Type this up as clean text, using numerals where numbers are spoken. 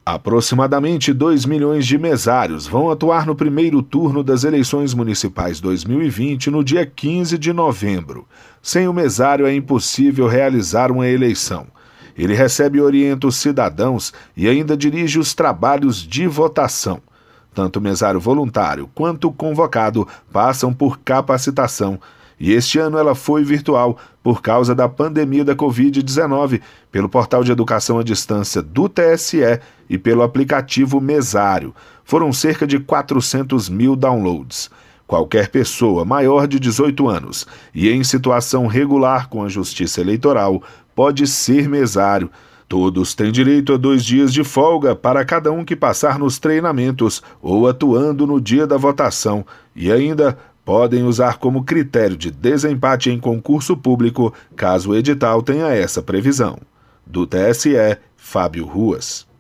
Aproximadamente 2 milhões de mesários vão atuar no primeiro turno das eleições municipais 2020 no dia 15 de novembro. Sem o mesário é impossível realizar uma eleição. Ele recebe e orienta os cidadãos e ainda dirige os trabalhos de votação. Tanto o mesário voluntário quanto o convocado passam por capacitação. E este ano ela foi virtual por causa da pandemia da Covid-19, pelo portal de educação à distância do TSE e pelo aplicativo Mesário. Foram cerca de 400 mil downloads. Qualquer pessoa maior de 18 anos e em situação regular com a Justiça Eleitoral pode ser mesário. Todos têm direito a 2 dias de folga para cada um que passar nos treinamentos ou atuando no dia da votação e ainda podem usar como critério de desempate em concurso público, caso o edital tenha essa previsão. Do TSE, Fábio Ruas.